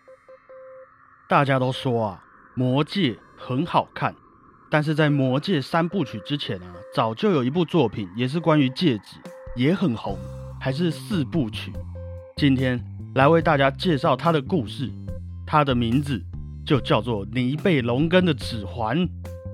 大家都说啊，魔戒很好看，但是在魔戒三部曲之前啊，早就有一部作品也是关于戒指，也很红，还是四部曲。今天来为大家介绍它的故事，它的名字就叫做尼贝龙根的指环。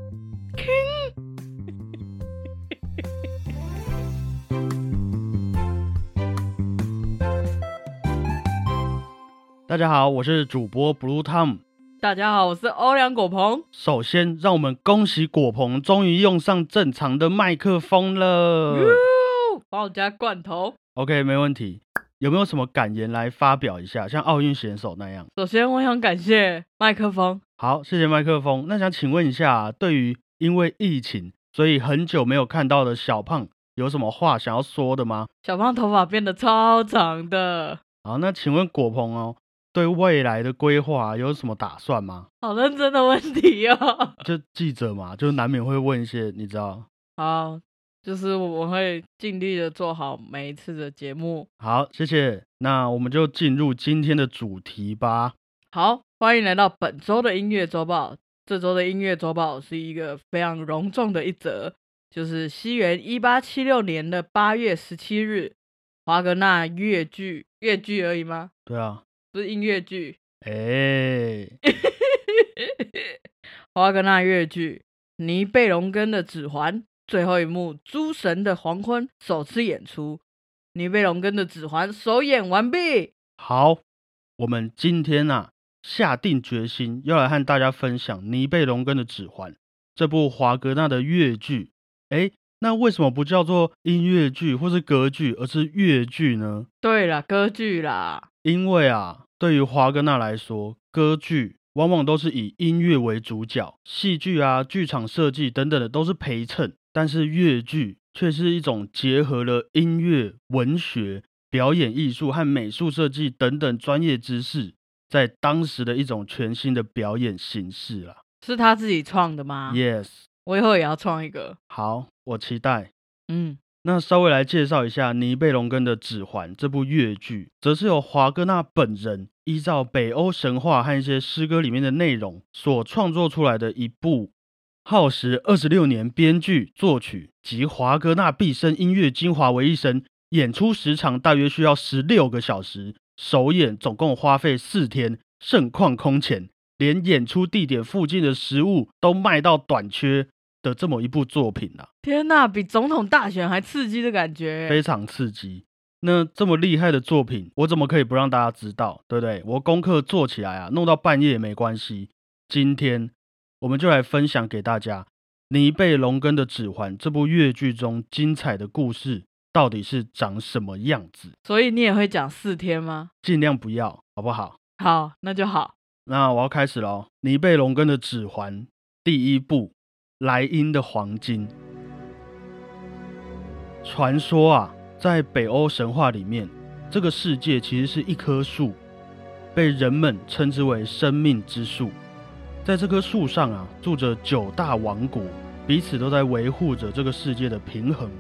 大家好，我是主播 Blue Tom。 大家好，我是欧良果鹏。 首先，让我们恭喜果鹏终于用上正常的麦克风了。 帮我加罐头。 OK， 没问题。有没有什么感言来发表一下，像奥运选手那样？ 首先，我想感谢麦克风。 好，谢谢麦克风。那想请问一下，对于因为疫情，所以很久没有看到的小胖，有什么话想要说的吗？ 小胖头发变得超长的。 好，那请问果鹏哦，对未来的规划有什么打算吗？ 好认真的问题哦。 就记者嘛，就难免会问一些，你知道。 好，就是我会尽力的做好每一次的节目。 好，谢谢。那我们就进入今天的主题吧。 好，欢迎来到本周的音乐周报。这周的音乐周报是一个非常隆重的一则，就是西元1876年的8月17日，华格纳乐剧而已吗？ 对啊， 不是音乐剧。华格纳乐剧《尼贝龙根的指环》最后一幕《诸神的黄昏》首次演出，尼贝龙根的指环首演完毕。 好，我们今天啊下定决心要来和大家分享《尼贝龙根的指环》这部华格纳的乐剧。那为什么不叫做音乐剧或是歌剧，而是乐剧呢？ 对啦，歌剧啦。 因为啊，对于华格纳来说，歌剧往往都是以音乐为主角，戏剧啊、剧场设计等等的都是陪衬，但是乐剧却是一种结合了音乐、文学、表演艺术和美术设计等等专业知识，在当时的一种全新的表演形式啦。 是他自己创的吗？ Yes， 我以后也要创一个。 好，我期待。那那稍微来介绍一下《尼贝龙根的指环》这部乐剧，则是由华格纳本人依照北欧神话和一些诗歌里面的内容所创作出来的一部耗时26年编剧、作曲及华格纳毕生音乐精华为一身，演出时长大约需要16个小时，首演总共花费4天，盛况空前，连演出地点附近的食物都卖到短缺的这么一部作品啊。 天哪，比总统大选还刺激的感觉。 非常刺激。那这么厉害的作品，我怎么可以不让大家知道，对不对？我功课做起来啊，弄到半夜也没关系。今天我们就来分享给大家《尼贝龙根的指环》这部乐剧中精彩的故事到底是长什么样子。 所以你也会讲4天吗？ 尽量不要，好不好？ 好，那就好。 那我要开始咯。尼贝龙根的指环第一部，莱茵的黄金。传说啊，在北欧神话里面，这个世界其实是一棵树，被人们称之为生命之树。在这棵树上啊，住着9大王国，彼此都在维护着这个世界的平衡。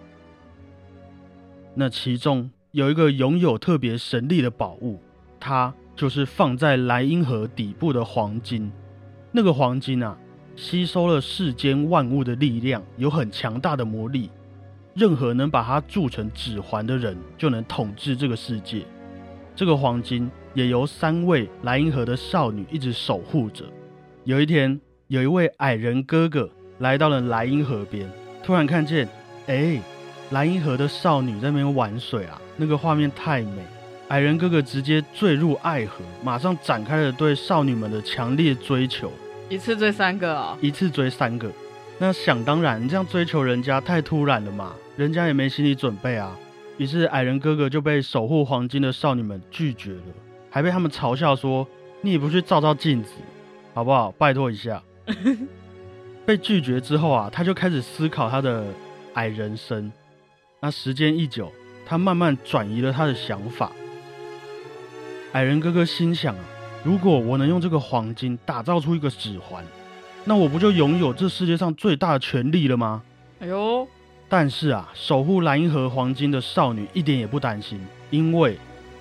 那其中有一个拥有特别神力的宝物，它就是放在莱茵河底部的黄金。那个黄金啊，吸收了世间万物的力量，有很强大的魔力。任何能把它铸成指环的人，就能统治这个世界。这个黄金也由3位莱茵河的少女一直守护着。有一天，有一位矮人哥哥来到了莱茵河边，突然看见，莱茵河的少女在那边玩水啊，那个画面太美。矮人哥哥直接坠入爱河，马上展开了对少女们的强烈追求。 一次追3个哦？ 一次追3个。那想当然，你这样追求人家太突然了嘛，人家也没心理准备啊。于是矮人哥哥就被守护黄金的少女们拒绝了，还被他们嘲笑说：“你也不去照照镜子，好不好？拜托一下。”被拒绝之后啊，他就开始思考他的矮人生。那时间一久，他慢慢转移了他的想法。矮人哥哥心想啊，如果我能用这个黄金打造出一个指环，那我不就拥有这世界上最大的权力了吗？ 哎呦！ 但是啊，守护莱茵河黄金的少女一点也不担心，因为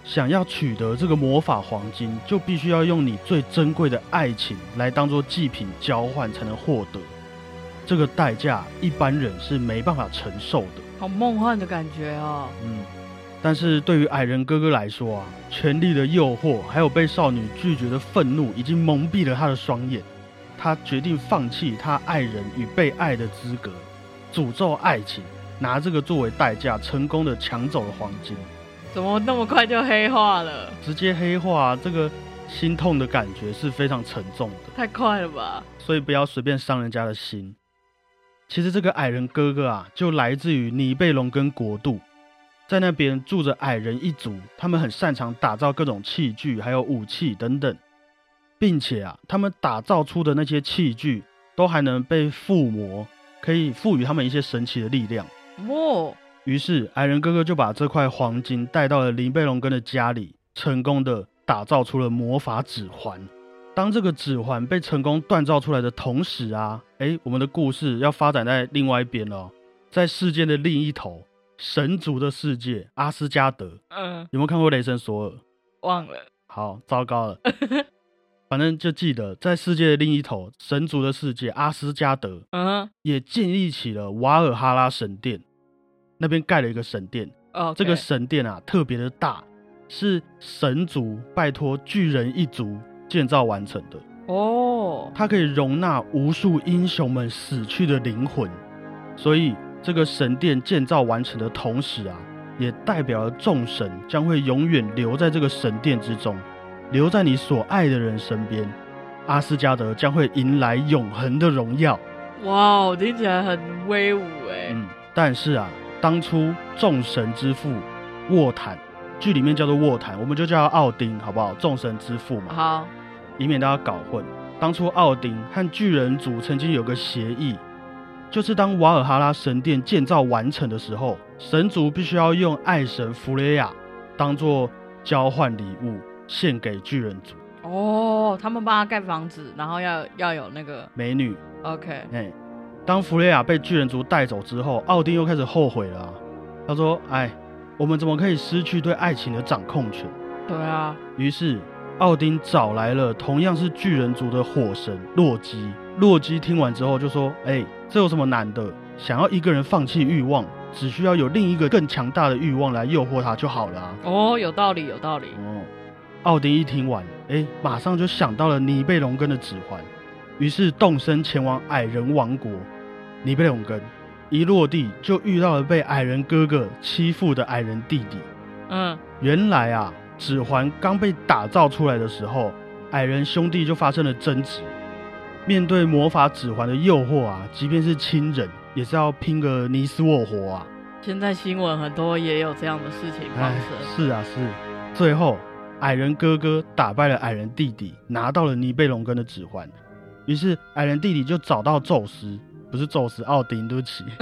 想要取得这个魔法黄金，就必须要用你最珍贵的爱情来当做祭品交换才能获得。这个代价一般人是没办法承受的。 好梦幻的感觉哦。 但是对于矮人哥哥来说啊，权力的诱惑还有被少女拒绝的愤怒已经蒙蔽了他的双眼。他决定放弃他爱人与被爱的资格，诅咒爱情，拿这个作为代价，成功的抢走了黄金。 怎么那么快就黑化了？ 直接黑化，这个心痛的感觉是非常沉重的。 太快了吧！ 所以不要随便伤人家的心。其实这个矮人哥哥啊，就来自于尼贝龙根国度，在那边住着矮人一族，他们很擅长打造各种器具，还有武器等等，并且啊，他们打造出的那些器具都还能被附魔，可以赋予他们一些神奇的力量。于是矮人哥哥就把这块黄金带到了尼贝龙根的家里，成功的打造出了魔法指环。当这个指环被成功锻造出来的同时啊，我们的故事要发展在另外一边了，在世界的另一头，神族的世界，阿斯加德。有没有看过雷神索尔？ 忘了。 好，糟糕了。反正就记得在世界的另一头，神族的世界，阿斯加德，也建立起了瓦尔哈拉神殿，那边盖了一个神殿。这个神殿啊特别的大，是神族拜托巨人一族建造完成的。它可以容纳无数英雄们死去的灵魂，所以这个神殿建造完成的同时啊，也代表了众神将会永远留在这个神殿之中，留在你所爱的人身边。阿斯加德将会迎来永恒的荣耀。 哇，听起来很威武耶。 但是啊，当初众神之父沃坦，剧里面叫做沃坦，我们就叫他奥丁好不好？众神之父嘛， 好， 以免大家搞混。当初奥丁和巨人族曾经有个协议，就是当瓦尔哈拉神殿建造完成的时候，神族必须要用爱神弗雷亚当作交换礼物献给巨人族。 他们帮他盖房子，然后要有那个美女。 OK。 当弗雷亚被巨人族带走之后，奥丁又开始后悔了。他说：我们怎么可以失去对爱情的掌控权？ 对啊。 于是奥丁找来了同样是巨人族的火神洛基。洛基听完之后就说：这有什么难的？想要一个人放弃欲望，只需要有另一个更强大的欲望来诱惑他就好了啊。 有道理，有道理。 奥丁一听完，马上就想到了尼贝龙根的指环，于是动身前往矮人王国。尼贝龙根一落地就遇到了被矮人哥哥欺负的矮人弟弟。原来啊，指环刚被打造出来的时候，矮人兄弟就发生了争执。面对魔法指环的诱惑啊，即便是亲人也是要拼个你死我活啊。 现在新闻很多也有这样的事情发生。 是啊，是。最后矮人哥哥打败了矮人弟弟，拿到了尼贝龙根的指环。于是矮人弟弟就找到宙斯，不是宙斯，奥丁，对不起。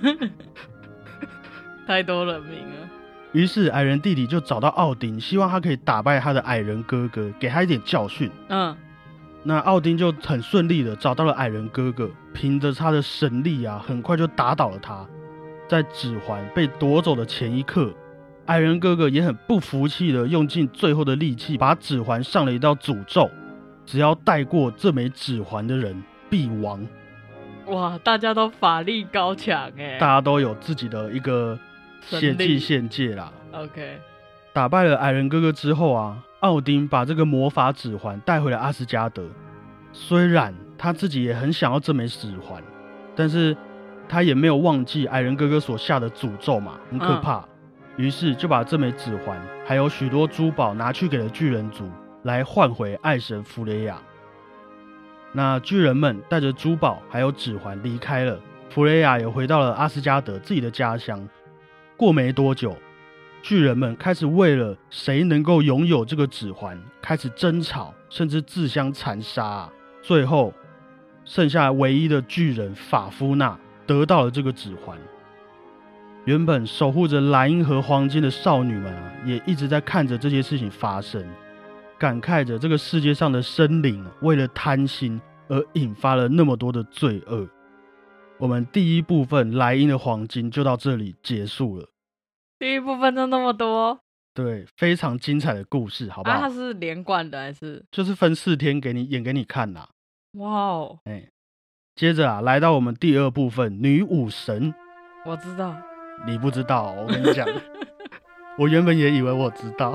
太多人名了。 于是矮人弟弟就找到奥丁，希望他可以打败他的矮人哥哥，给他一点教训。那奥丁就很顺利的找到了矮人哥哥，凭着他的神力啊，很快就打倒了他。在指环被夺走的前一刻，矮人哥哥也很不服气的用尽最后的力气，把指环上了一道诅咒，只要带过这枚指环的人必亡。 哇，大家都法力高强大家都有自己的一个血祭献界啦。 OK。 打败了矮人哥哥之后啊，奥丁把这个魔法指环带回了阿斯加德。虽然他自己也很想要这枚指环，但是他也没有忘记矮人哥哥所下的诅咒嘛，很可怕。于是就把这枚指环还有许多珠宝拿去给了巨人族，来换回爱神弗雷亚。那巨人们带着珠宝还有指环离开了，弗雷亚也回到了阿斯加德自己的家乡。过没多久，巨人们开始为了谁能够拥有这个指环开始争吵，甚至自相残杀。最后剩下唯一的巨人法夫纳得到了这个指环。原本守护着莱茵河黄金的少女们也一直在看着这些事情发生，感慨着这个世界上的生灵为了贪心而引发了那么多的罪恶。我们第一部分莱茵的黄金就到这里结束了。 第一部分就那么多？ 对，非常精彩的故事，好不好？ 它是连贯的还是？ 就是分4天给你演给你看啦。 哇哦！ 接着来到我们第2部分，女武神。 我知道， 你不知道我跟你讲，我原本也以为我知道。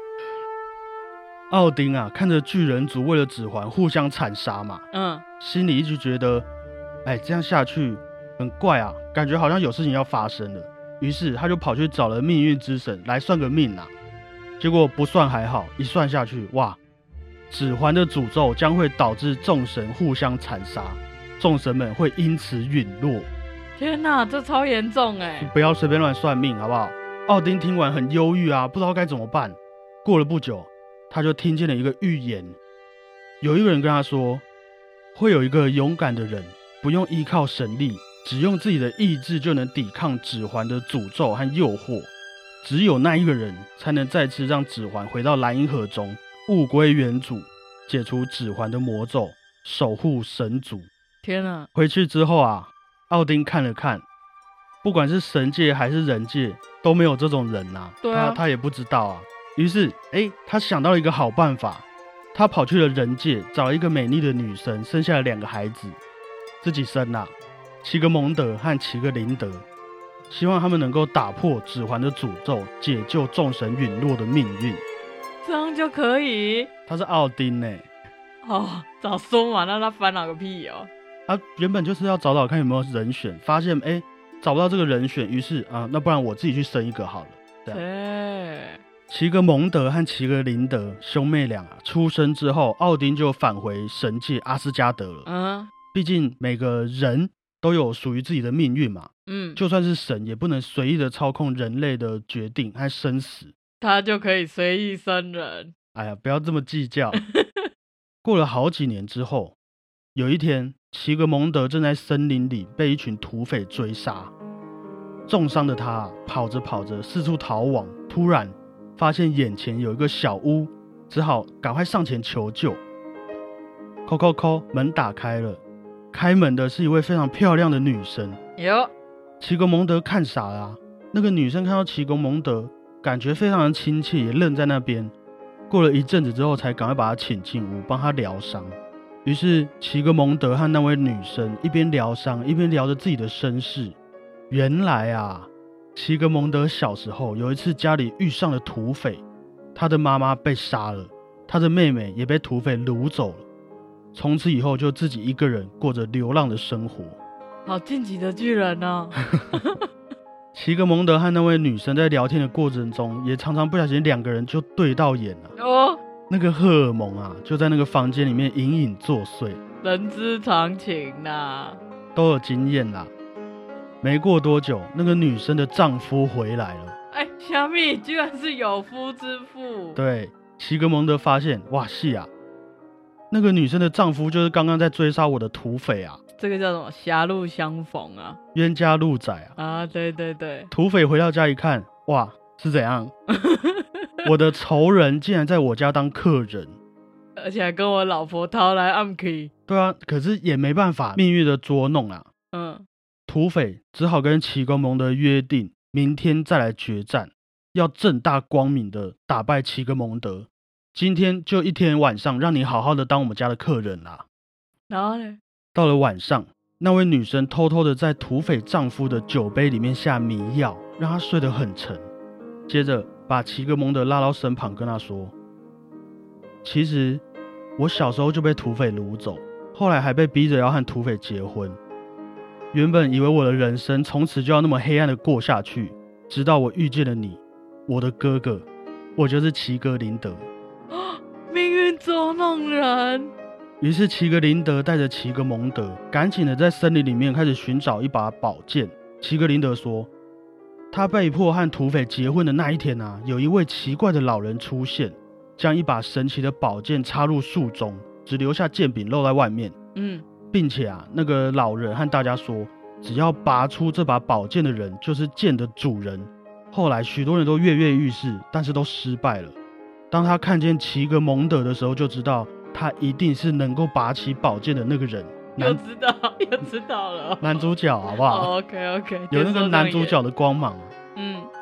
奥丁看着巨人族为了指环互相残杀嘛，心里一直觉得，这样下去很怪啊，感觉好像有事情要发生了。于是他就跑去找了命运之神来算个命啊。结果不算还好，一算下去，哇！指环的诅咒将会导致众神互相残杀，众神们会因此陨落。 天哪，这超严重不要随便乱算命，好不好？奥丁听完很忧郁啊，不知道该怎么办。过了不久，他就听见了一个预言，有一个人跟他说，会有一个勇敢的人，不用依靠神力，只用自己的意志就能抵抗指环的诅咒和诱惑。只有那一个人才能再次让指环回到蓝银河中，物归原主，解除指环的魔咒，守护神族。 天哪！ 回去之后奥丁看了看，不管是神界还是人界都没有这种人啊。 对啊， 他也不知道啊。于是他想到了一个好办法，他跑去了人界，找了一个美丽的女生，生下了2个孩子，自己生齐格蒙德和齐格林德，希望他们能够打破指环的诅咒，解救众神陨落的命运。 这样就可以？ 他是奥丁早说嘛，那他烦恼个屁哦！ 他原本就是要找看有没有人选，发现找不到这个人选，于是那不然我自己去生一个好了。对，齐格蒙德和齐格林德兄妹俩出生之后，奥丁就返回神界阿斯加德了。毕竟每个人都有属于自己的命运嘛。就算是神也不能随意的操控人类的决定和生死。 他就可以随意生人。 哎呀，不要这么计较。过了好几年之后，有一天，齐格蒙德正在森林里被一群土匪追杀，重伤的他跑着跑着四处逃亡，突然发现眼前有一个小屋，只好赶快上前求救。叩叩叩，门打开了，开门的是一位非常漂亮的女生。齐格蒙德看傻了那个女生看到齐格蒙德，感觉非常的亲切，也愣在那边。过了一阵子之后，才赶快把她请进屋，帮她疗伤。于是齐格蒙德和那位女生一边疗伤，一边聊着自己的身世。原来齐格蒙德小时候有一次家里遇上了土匪，他的妈妈被杀了，他的妹妹也被土匪掳走了。从此以后就自己一个人过着流浪的生活。 好晋级的巨人哦。 齐格蒙德和那位女生在聊天的过程中，也常常不小心2个人就对到眼了。那个荷尔蒙就在那个房间里面隐隐作祟。 人之常情都有经验啦。没过多久，那个女生的丈夫回来了。 虾米居然是有夫之妇。 对，齐格蒙德发现，哇是那个女生的丈夫就是刚刚在追杀我的土匪这个叫什么？狭路相逢冤家路窄对对对。 土匪回到家一看，哇，是怎样？我的仇人竟然在我家当客人， 而且还跟我老婆掏来暗去。 对啊，可是也没办法，命运的捉弄土匪只好跟齐格蒙德约定，明天再来决战，要正大光明的打败齐格蒙德。今天就一天晚上，让你好好的当我们家的客人啦。 然后呢？ 到了晚上，那位女生偷偷的在土匪丈夫的酒杯里面下迷药，让他睡得很沉。接着把齐格蒙德拉到身旁，跟他说，其实我小时候就被土匪掳走，后来还被逼着要和土匪结婚。原本以为我的人生从此就要那么黑暗的过下去，直到我遇见了你，我的哥哥，我就是齐格林德。 命运捉弄人。 于是齐格林德带着齐格蒙德赶紧的在森林里面开始寻找一把宝剑。齐格林德说，他被迫和土匪结婚的那一天有一位奇怪的老人出现，将一把神奇的宝剑插入树中，只留下剑柄露在外面。并且那个老人和大家说，只要拔出这把宝剑的人就是剑的主人。后来许多人都跃跃欲试，但是都失败了。当他看见齐格蒙德的时候，就知道他一定是能够拔起宝剑的那个人。 又知道了。 男主角好不好？ OK， 有那个男主角的光芒。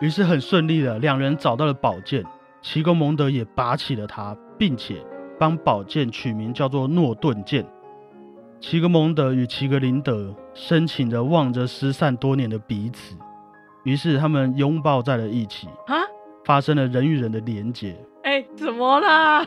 于是很顺利的，两人找到了宝剑，齐格蒙德也拔起了它，并且帮宝剑取名叫做诺顿剑。齐格蒙德与齐格林德深情的望着失散多年的彼此，于是他们拥抱在了一起，发生了人与人的连结。 怎么啦？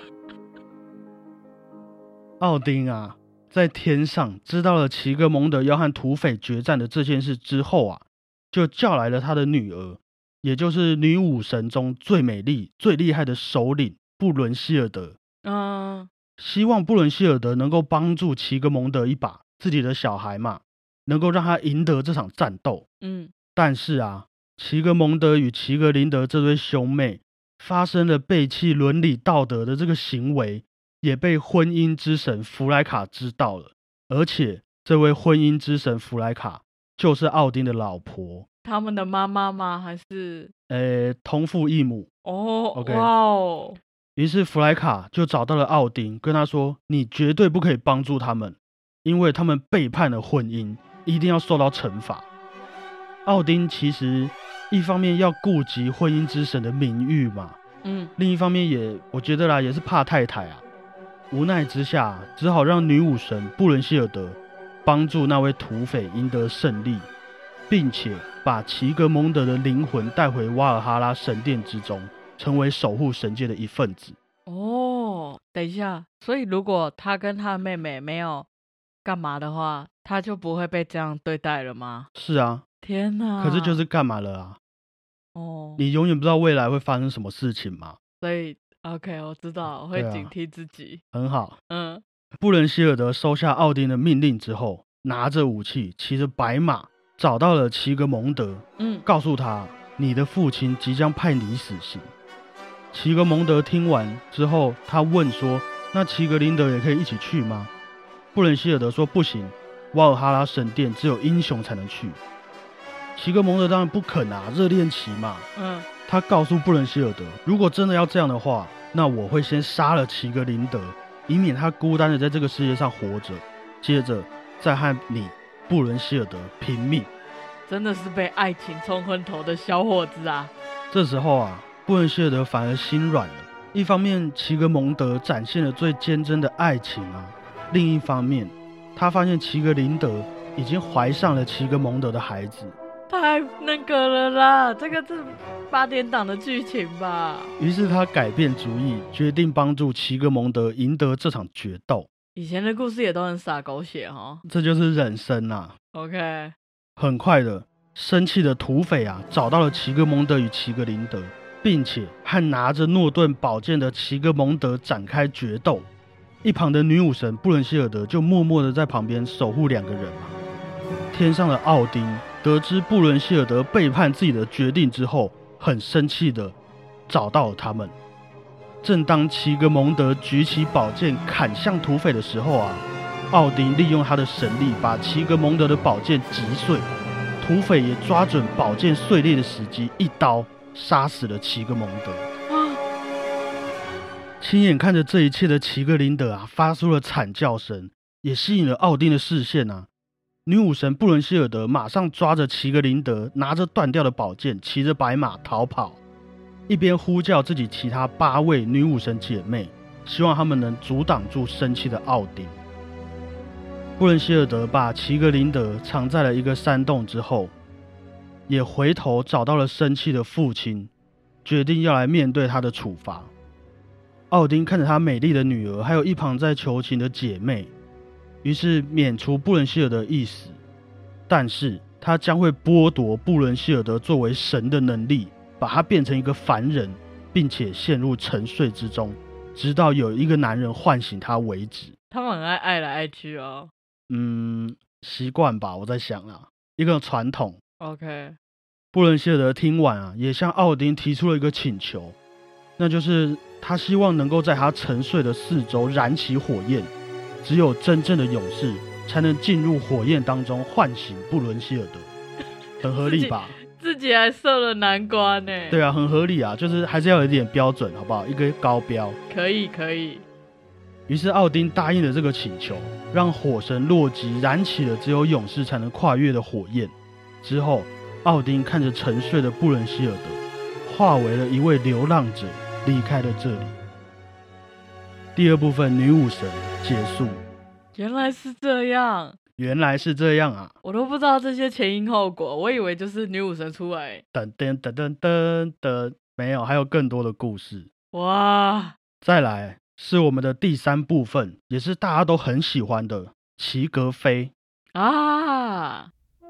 奥丁啊，在天上知道了齐格蒙德要和土匪决战的这件事之后啊，就叫来了他的女儿，也就是女武神中最美丽、最厉害的首领布伦希尔德。希望布伦希尔德能够帮助齐格蒙德一把，自己的小孩嘛，能够让他赢得这场战斗。但是啊，齐格蒙德与齐格林德这对兄妹发生了背弃伦理道德的这个行为，也被婚姻之神弗莱卡知道了。而且这位婚姻之神弗莱卡就是奥丁的老婆， 他们的妈妈吗？还是同父异母。 OK 哇哦！ 于是弗莱卡就找到了奥丁，跟他说：“你绝对不可以帮助他们，因为他们背叛了婚姻，一定要受到惩罚。”奥丁其实一方面要顾及婚姻之神的名誉嘛，另一方面我觉得啦，也是怕太太啊。无奈之下，只好让女武神布伦希尔德帮助那位土匪赢得胜利，并且把齐格蒙德的灵魂带回瓦尔哈拉神殿之中，成为守护神界的一份子。 等一下，所以如果他跟他的妹妹没有干嘛的话，他就不会被这样对待了吗？ 是啊， 天哪！ 可是就是干嘛了啊？你永远不知道未来会发生什么事情嘛。 所以 OK， 我知道，我会警惕自己。 很好。布伦希尔德收下奥丁的命令之后，拿着武器，骑着白马，找到了齐格蒙德，告诉他你的父亲即将判你死刑。齐格蒙德听完之后，他问说：“那齐格林德也可以一起去吗？”布伦希尔德说：“不行，瓦尔哈拉神殿只有英雄才能去。”齐格蒙德当然不肯啊，热恋期嘛。他告诉布伦希尔德，如果真的要这样的话，那我会先杀了齐格林德，以免他孤单的在这个世界上活着，接着再和你布伦希尔德拼命。 真的是被爱情冲昏头的小伙子啊！ 这时候啊，布伦希尔德反而心软了。一方面，齐格蒙德展现了最坚贞的爱情啊；另一方面，他发现齐格林德已经怀上了齐格蒙德的孩子。 太那个了啦，这个是8点档的剧情吧。 于是他改变主意，决定帮助齐格蒙德赢得这场决斗。 以前的故事也都很洒狗血齁， 这就是人生啊。 OK， 很快的，生气的土匪啊找到了齐格蒙德与齐格林德，并且和拿着诺顿宝剑的齐格蒙德展开决斗。一旁的女武神布伦希尔德就默默的在旁边守护两个人嘛。天上的奥丁得知布伦希尔德背叛自己的决定之后，很生气的找到了他们。正当齐格蒙德举起宝剑砍向土匪的时候啊，奥丁利用他的神力把齐格蒙德的宝剑击碎，土匪也抓准宝剑碎裂的时机，一刀杀死了齐格蒙德。亲眼看着这一切的齐格林德啊，发出了惨叫声，也吸引了奥丁的视线啊。女武神布伦希尔德马上抓着齐格林德，拿着断掉的宝剑，骑着白马逃跑，一边呼叫自己其他8位女武神姐妹，希望他们能阻挡住生气的奥丁。布伦希尔德把齐格林德藏在了一个山洞之后，也回头找到了生气的父亲，决定要来面对他的处罚。奥丁看着他美丽的女儿，还有一旁在求情的姐妹，于是免除布伦希尔德一死，但是他将会剥夺布伦希尔德作为神的能力，把他变成一个凡人，并且陷入沉睡之中，直到有一个男人唤醒他为止。 他们很爱来爱去哦。 习惯吧，我在想啦，一个传统。 OK， 布伦希尔德听完啊，也向奥丁提出了一个请求，那就是他希望能够在他沉睡的四周燃起火焰，只有真正的勇士才能进入火焰当中唤醒布伦希尔德，很合理吧？ 自己还设了难关呢。 对啊，很合理啊，就是还是要有一点标准，好不好？一个高标。 可以可以。 于是奥丁答应了这个请求，让火神洛基燃起了只有勇士才能跨越的火焰。之后，奥丁看着沉睡的布伦希尔德， 化为了一位流浪者，离开了这里。第二部分女武神结束。 原来是这样， 原来是这样啊！ 我都不知道这些前因后果，我以为就是女武神出来。 噔噔噔噔噔噔，没有，还有更多的故事。 哇！ 再来是我们的第三部分，也是大家都很喜欢的齐格飞啊！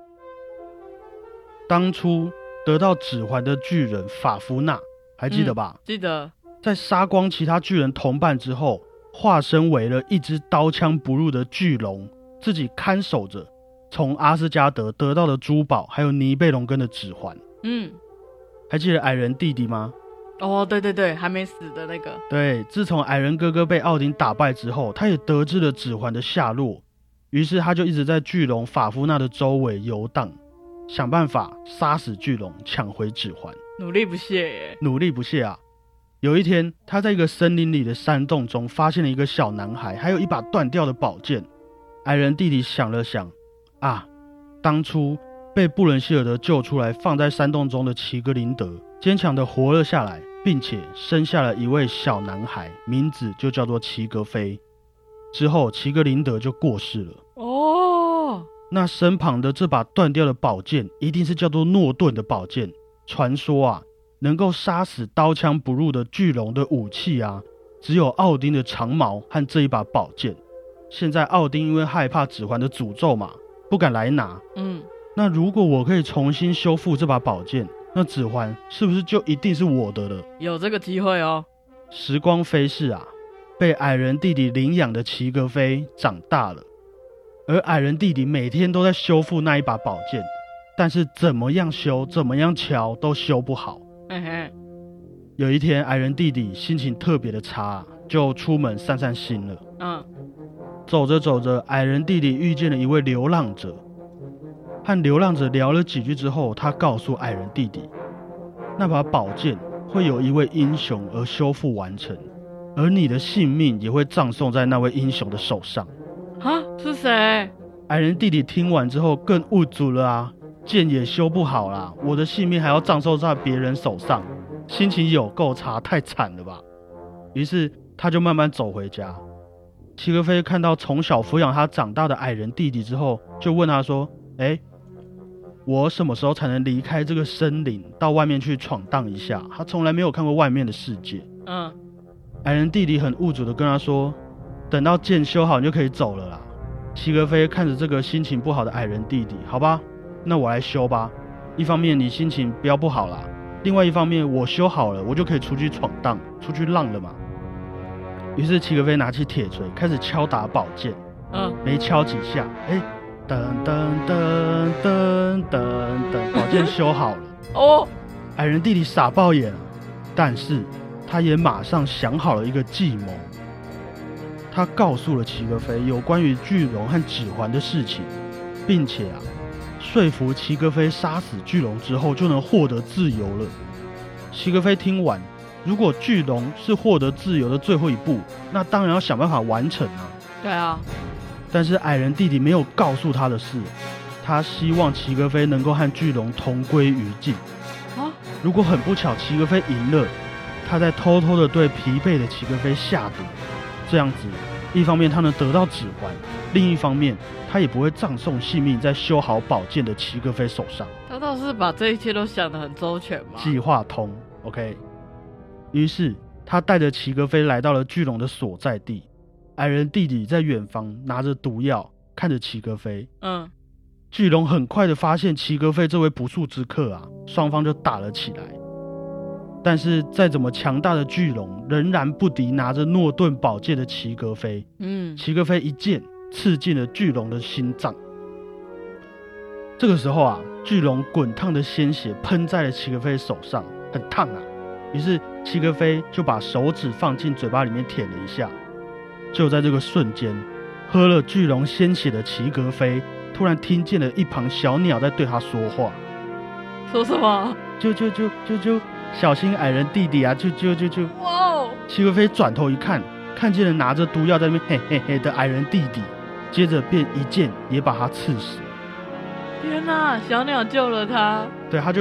当初得到指环的巨人法夫纳，还记得吧？ 记得。 在杀光其他巨人同伴之后，化身为了一只刀枪不入的巨龙，自己看守着从阿斯加德得到的珠宝，还有尼贝龙根的指环。还记得矮人弟弟吗？ 哦，对对对，还没死的那个。 对，自从矮人哥哥被奥丁打败之后，他也得知了指环的下落，于是他就一直在巨龙法夫纳的周围游荡，想办法杀死巨龙，抢回指环。 努力不懈耶！ 努力不懈啊！有一天，他在一个森林里的山洞中发现了一个小男孩，还有一把断掉的宝剑。矮人弟弟想了想，啊，当初被布伦希尔德救出来放在山洞中的齐格林德，坚强的活了下来，并且生下了一位小男孩，名字就叫做齐格飞。之后，齐格林德就过世了。 哦， 那身旁的这把断掉的宝剑，一定是叫做诺顿的宝剑。传说啊，能够杀死刀枪不入的巨龙的武器啊，只有奥丁的长矛和这一把宝剑。现在奥丁因为害怕指环的诅咒嘛，不敢来拿。那如果我可以重新修复这把宝剑，那指环是不是就一定是我的了？ 有这个机会哦。 时光飞逝啊，被矮人弟弟领养的齐格飞长大了，而矮人弟弟每天都在修复那一把宝剑，但是怎么样修怎么样敲都修不好。有一天，矮人弟弟心情特别的差，就出门散散心了。走着走着，矮人弟弟遇见了一位流浪者，和流浪者聊了几句之后，他告诉矮人弟弟，那把宝剑会有一位英雄而修复完成，而你的性命也会葬送在那位英雄的手上。 啊，是谁？ 矮人弟弟听完之后更无助了啊，剑也修不好啦，我的性命还要葬送在别人手上，心情有够差，太惨了吧。于是他就慢慢走回家。齐格飞看到从小抚养他长大的矮人弟弟之后，就问他说，我什么时候才能离开这个森林，到外面去闯荡一下？他从来没有看过外面的世界。矮人弟弟很无助的跟他说，等到剑修好你就可以走了啦。齐格飞看着这个心情不好的矮人弟弟，好吧，那我来修吧。一方面你心情不要不好啦，另外一方面我修好了，我就可以出去闯荡，出去浪了嘛。于是齐格飞拿起铁锤开始敲打宝剑。没敲几下，噔噔噔噔噔噔，宝剑修好了。矮人弟弟傻爆眼了，但是他也马上想好了一个计谋。他告诉了齐格飞有关于巨龙和指环的事情，并且说服齐格飞杀死巨龙之后就能获得自由了。齐格飞听完，如果巨龙是获得自由的最后一步，那当然要想办法完成啊。 对啊。 但是矮人弟弟没有告诉他的是，他希望齐格飞能够和巨龙同归于尽。如果很不巧齐格飞赢了，他再偷偷的对疲惫的齐格飞下毒，这样子一方面他能得到指环，另一方面他也不会葬送性命在修好宝剑的齐格飞手上。 他倒是把这一切都想得很周全嘛。 计划通 OK。 于是他带着齐格飞来到了巨龙的所在地。矮人弟弟在远方拿着毒药看着齐格飞。巨龙很快的发现齐格飞这位不速之客双方就打了起来。但是再怎么强大的巨龙仍然不敌拿着诺顿宝剑的齐格飞。齐格飞一剑刺进了巨龙的心脏。这个时候巨龙滚烫的鲜血喷在了齐格飞手上，很烫于是齐格飞就把手指放进嘴巴里面舔了一下。就在这个瞬间，喝了巨龙鲜血的齐格飞突然听见了一旁小鸟在对他说话。 说什么？ 啾啾啾啾啾，小心矮人弟弟啾啾啾啾。 哇！ 齐格飞转头一看，看见了拿着毒药在那边嘿嘿嘿的矮人弟弟，接着便一剑也把他刺死。 天哪，小鸟救了他。 对，他就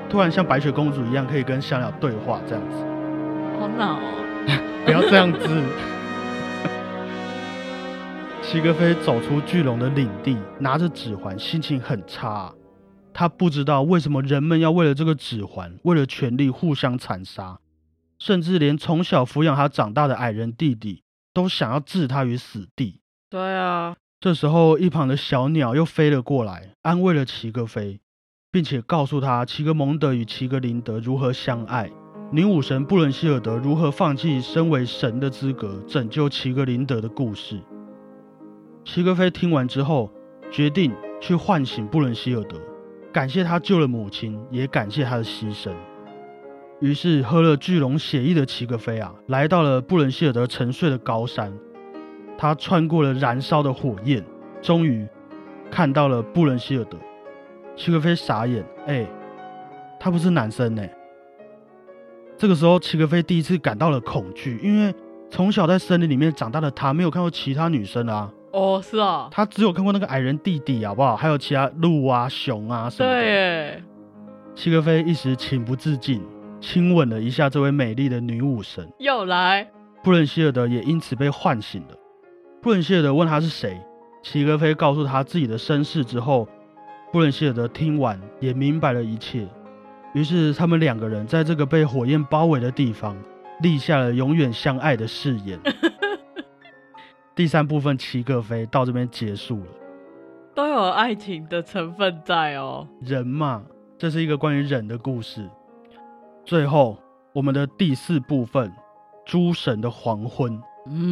突然像白雪公主一样可以跟小鸟对话这样子。 好恼哦！ 不要这样子。齐格飞走出巨龙的领地，拿着指环，心情很差。他不知道为什么人们要为了这个指环，为了权力互相残杀，甚至连从小抚养他长大的矮人弟弟都想要置他于死地。 对啊， 这时候一旁的小鸟又飞了过来，安慰了齐格飞，并且告诉他齐格蒙德与齐格林德如何相爱，女武神布伦希尔德如何放弃身为神的资格，拯救齐格林德的故事。齐格飞听完之后，决定去唤醒布伦希尔德，感谢他救了母亲，也感谢他的牺牲。于是喝了巨龙血液的齐格飞来到了布伦希尔德沉睡的高山。他穿过了燃烧的火焰，终于看到了布伦希尔德。齐格飞傻眼，他不是男生呢。这个时候齐格飞第一次感到了恐惧，因为从小在森林里面长大的他没有看过其他女生啊。 哦，是啊， 他只有看过那个矮人弟弟，好不好？还有其他鹿啊、熊啊什么的。 对耶。 齐格飞一时情不自禁，亲吻了一下这位美丽的女武神。 又来， 布伦希尔德也因此被唤醒了。布伦希尔德问他是谁，齐格飞告诉他自己的身世之后，布伦希尔德听完也明白了一切。于是他们两个人在这个被火焰包围的地方立下了永远相爱的誓言。第三部分齐格飞到这边结束了， 都有爱情的成分在哦。 人嘛，这是一个关于人的故事。最后我们的第四部分，诸神的黄昏。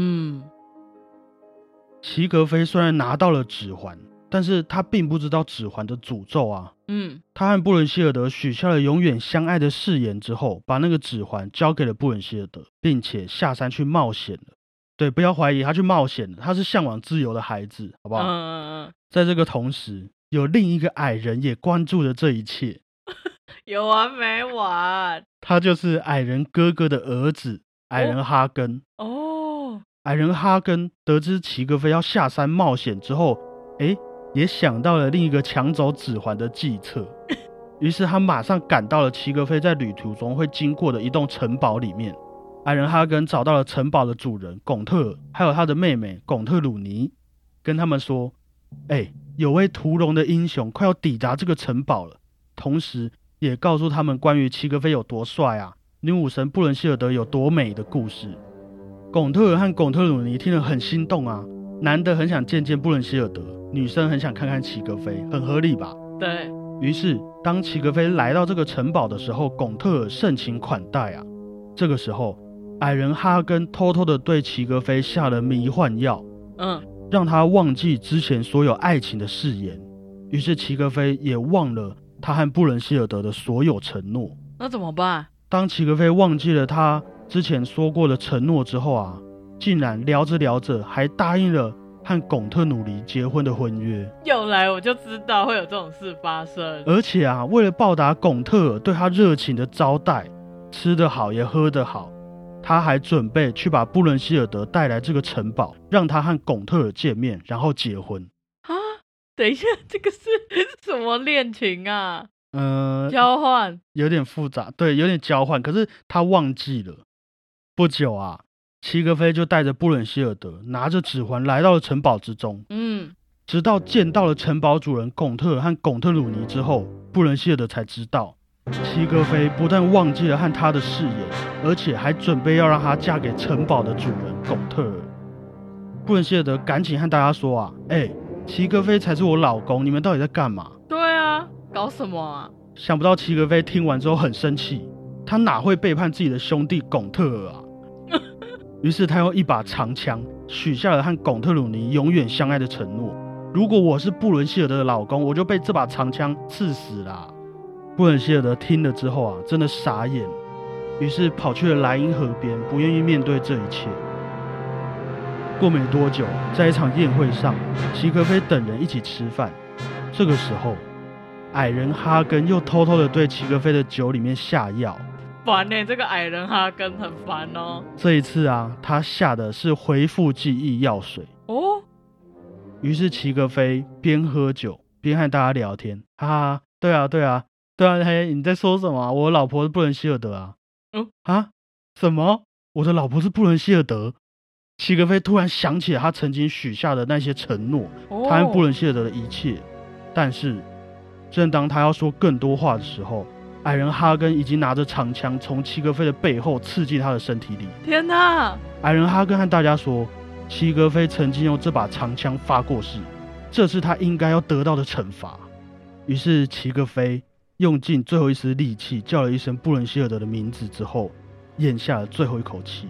齐格飞虽然拿到了指环，但是他并不知道指环的诅咒啊。他和布伦希尔德许下了永远相爱的誓言之后，把那个指环交给了布伦希尔德，并且下山去冒险了。对，不要怀疑，他去冒险了，他是向往自由的孩子，好不好？在这个同时，有另一个矮人也关注着这一切。 有完没完？ 他就是矮人哥哥的儿子，矮人哈根。矮人哈根得知齐格飞要下山冒险之后，也想到了另一个抢走指环的计策。于是他马上赶到了齐格飞在旅途中会经过的一栋城堡里面。矮人哈根找到了城堡的主人贡特尔，还有他的妹妹贡特鲁尼，跟他们说，有位屠龙的英雄快要抵达这个城堡了，同时也告诉他们关于齐格飞有多帅女武神布伦希尔德有多美的故事。贡特尔和贡特鲁尼听了很心动男的很想见见布伦希尔德，女生很想看看齐格飞，很合理吧？ 对。 于是当齐格飞来到这个城堡的时候，贡特尔盛情款待这个时候矮人哈根偷偷的对齐格飞下了迷幻药，让他忘记之前所有爱情的誓言。于是齐格飞也忘了他和布伦希尔德的所有承诺。 那怎么办？ 当齐格飞忘记了他之前说过的承诺之后竟然聊着聊着还答应了和贡特努尼结婚的婚约。 又来，我就知道会有这种事发生。 而且为了报答贡特尔对他热情的招待，吃得好也喝得好，他还准备去把布伦希尔德带来这个城堡，让他和贡特尔见面，然后结婚。 等一下，这个是什么恋情交换？ 有点复杂，对，有点交换，可是他忘记了。不久齐格飞就带着布伦希尔德拿着指环来到了城堡之中。直到见到了城堡主人贡特尔和贡特鲁尼之后，布伦希尔德才知道齐格飞不但忘记了和他的誓言，而且还准备要让他嫁给城堡的主人贡特尔。布伦希尔德赶紧和大家说齐格飞才是我老公，你们到底在干嘛？ 对搞什么想不到齐格飞听完之后很生气，他哪会背叛自己的兄弟贡特尔于是他用一把长枪许下了和贡特鲁尼永远相爱的承诺，如果我是布伦希尔德的老公，我就被这把长枪刺死啦。布伦希尔德听了之后真的傻眼，于是跑去了莱茵河边，不愿意面对这一切。过没多久，在一场宴会上，齐格飞等人一起吃饭。这个时候，矮人哈根又偷偷的对齐格飞的酒里面下药。 烦这个矮人哈根很烦这一次他下的是恢复记忆药水。于是齐格飞边喝酒边和大家聊天，哈哈，对啊， 对啊，嘿，你在说什么啊？我老婆是布伦希尔德啊。啊？什么？我的老婆是布伦希尔德？齐格飞突然想起了他曾经许下的那些承诺，他和布伦希尔德的一切。但是，正当他要说更多话的时候，矮人哈根已经拿着长枪从齐格飞的背后刺进他的身体里。 天哪！ 矮人哈根和大家说，齐格飞曾经用这把长枪发过誓，这是他应该要得到的惩罚。于是齐格飞用尽最后一丝力气叫了一声布伦希尔德的名字之后，咽下了最后一口气。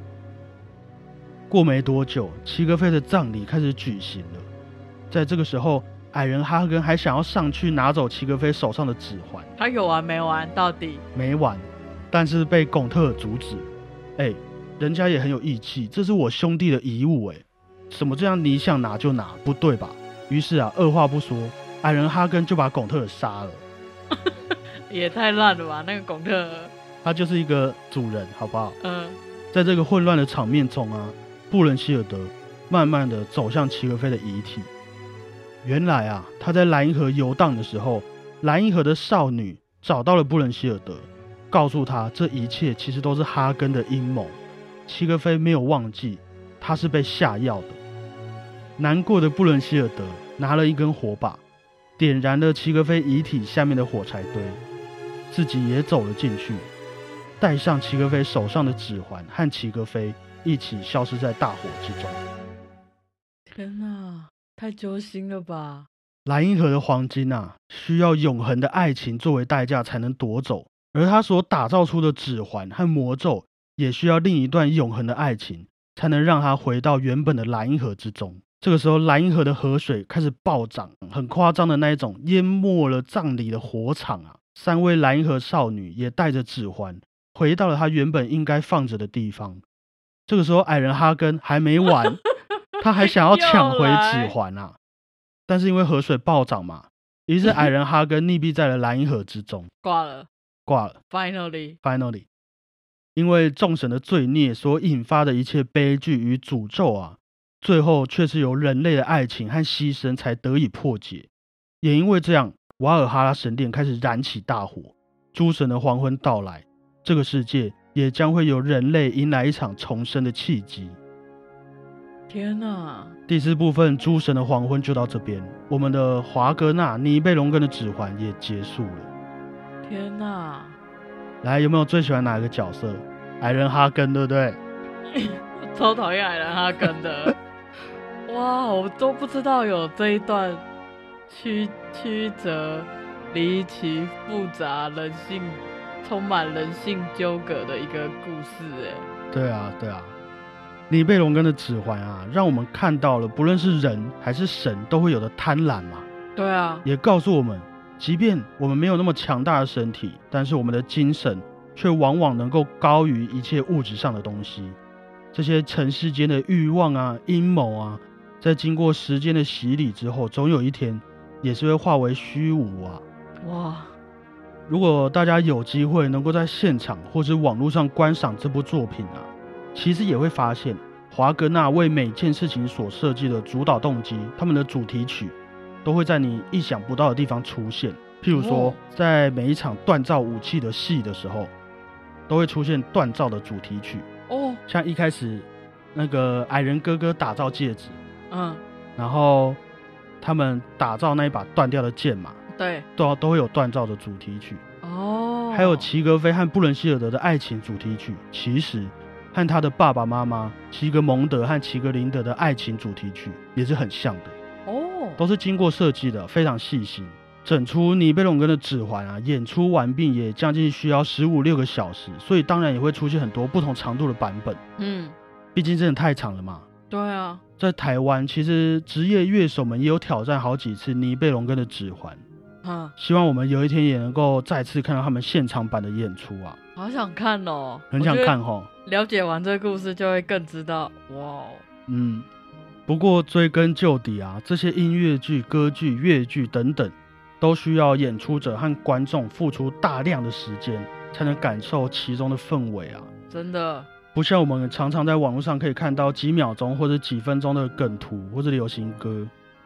过没多久，齐格飞的葬礼开始举行了。在这个时候，矮人哈根还想要上去拿走齐格飞手上的指环。 他有完没完？到底没完，但是被贡特尔阻止。人家也很有义气，这是我兄弟的遗物。什么这样你想拿就拿，不对吧？于是啊，二话不说，矮人哈根就把贡特尔杀了。 也太烂了吧，那个贡特尔。 他就是一个主人，好不好？在这个混乱的场面中啊，布伦希尔德慢慢的走向齐格飞的遗体。原来啊，他在莱茵河游荡的时候，莱茵河的少女找到了布伦希尔德，告诉他这一切其实都是哈根的阴谋。齐格飞没有忘记，他是被下药的。难过的布伦希尔德拿了一根火把，点燃了齐格飞遗体下面的火柴堆，自己也走了进去，戴上齐格飞手上的指环，和齐格飞一起消失在大火之中。 天哪，太揪心了吧！ 莱茵河的黄金啊，需要永恒的爱情作为代价才能夺走，而他所打造出的指环和魔咒，也需要另一段永恒的爱情，才能让他回到原本的莱茵河之中。这个时候，莱茵河的河水开始暴涨，很夸张的那一种，淹没了葬礼的火场啊！三位莱茵河少女也带着指环回到了他原本应该放着的地方。这个时候，矮人哈根还没完，他还想要抢回指环啊！但是因为河水暴涨嘛，于是矮人哈根溺毙在了莱茵河之中，挂了。Finally， 因为众神的罪孽所引发的一切悲剧与诅咒啊，最后却是由人类的爱情和牺牲才得以破解。也因为这样，瓦尔哈拉神殿开始燃起大火，诸神的黄昏到来，这个世界也将会由人类迎来一场重生的契机。 天哪！ 第4部分诸神的黄昏就到这边，我们的华格纳尼贝龙根的指环也结束了。 天哪！ 来，有没有最喜欢哪一个角色？矮人哈根，对不对？ 我超讨厌矮人哈根的。哇，我都不知道有这一段曲折、离奇、复杂、充满人性纠葛的一个故事。 对啊。尼贝龙根的指环啊，让我们看到了不论是人还是神都会有的贪婪嘛。 对啊， 也告诉我们，即便我们没有那么强大的身体，但是我们的精神却往往能够高于一切物质上的东西。这些尘世间的欲望啊、阴谋啊，在经过时间的洗礼之后，总有一天也是会化为虚无啊。 哇！ 如果大家有机会能够在现场或是网络上观赏这部作品啊，其实也会发现华格纳为每件事情所设计的主导动机，他们的主题曲都会在你意想不到的地方出现。譬如说，在每一场锻造武器的戏的时候，都会出现锻造的主题曲。像一开始那个矮人哥哥打造戒指，然后他们打造那一把断掉的剑嘛， 对， 都会有锻造的主题曲。还有齐格飞和布伦希尔德的爱情主题曲，其实和他的爸爸妈妈齐格蒙德和齐格林德的爱情主题曲也是很像的。都是经过设计的，非常细心。整出尼贝龙根的指环啊，演出完毕也将近需要15-16个小时，所以当然也会出现很多不同长度的版本。毕竟真的太长了嘛。 对啊， 在台湾其实职业乐手们也有挑战好几次尼贝龙根的指环。希望我们有一天也能够再次看到他们现场版的演出啊！ 好想看哦， 很想看哦。 了解完这个故事就会更知道，哇！ 不过追根究底啊，这些音乐剧、歌剧、乐剧等等，都需要演出者和观众付出大量的时间，才能感受其中的氛围啊！ 真的， 不像我们常常在网络上可以看到几秒钟或者几分钟的梗图或者流行歌。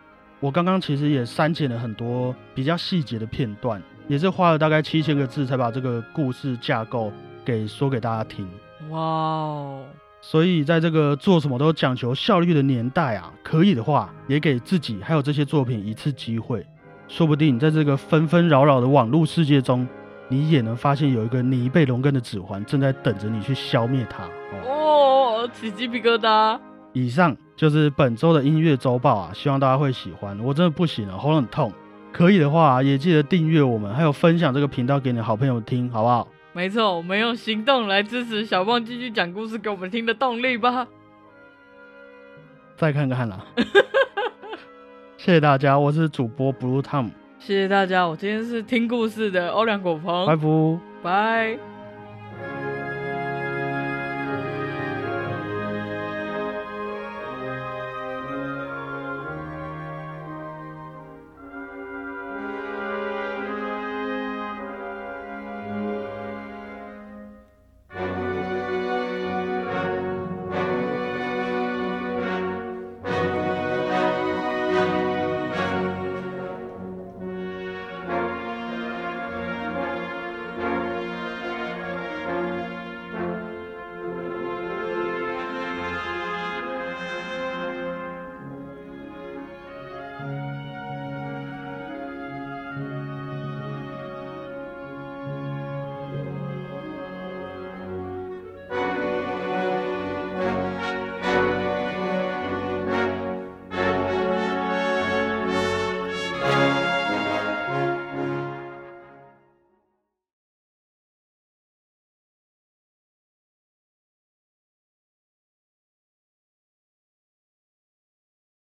我刚刚其实也删减了很多比较细节的片段，也是花了大概7000个字才把这个故事架构给说给大家听。 哇哦！ 所以在这个做什么都讲求效率的年代啊，可以的话也给自己还有这些作品一次机会，说不定在这个纷纷扰扰的网络世界中，你也能发现有一个尼贝龙根的指环正在等着你去消灭它。 起鸡皮疙瘩。 以上就是本周的音乐周报啊，希望大家会喜欢。我真的不行了，喉咙很痛。可以的话也记得订阅我们，还有分享这个频道给你的好朋友听，好不好？ 没错，我们用行动来支持小棒继续讲故事给我们听的动力吧。 再看看啦。谢谢大家，我是主播 Blue Tom。 谢谢大家，我今天是听故事的欧良果鹏。 拜拜。 拜。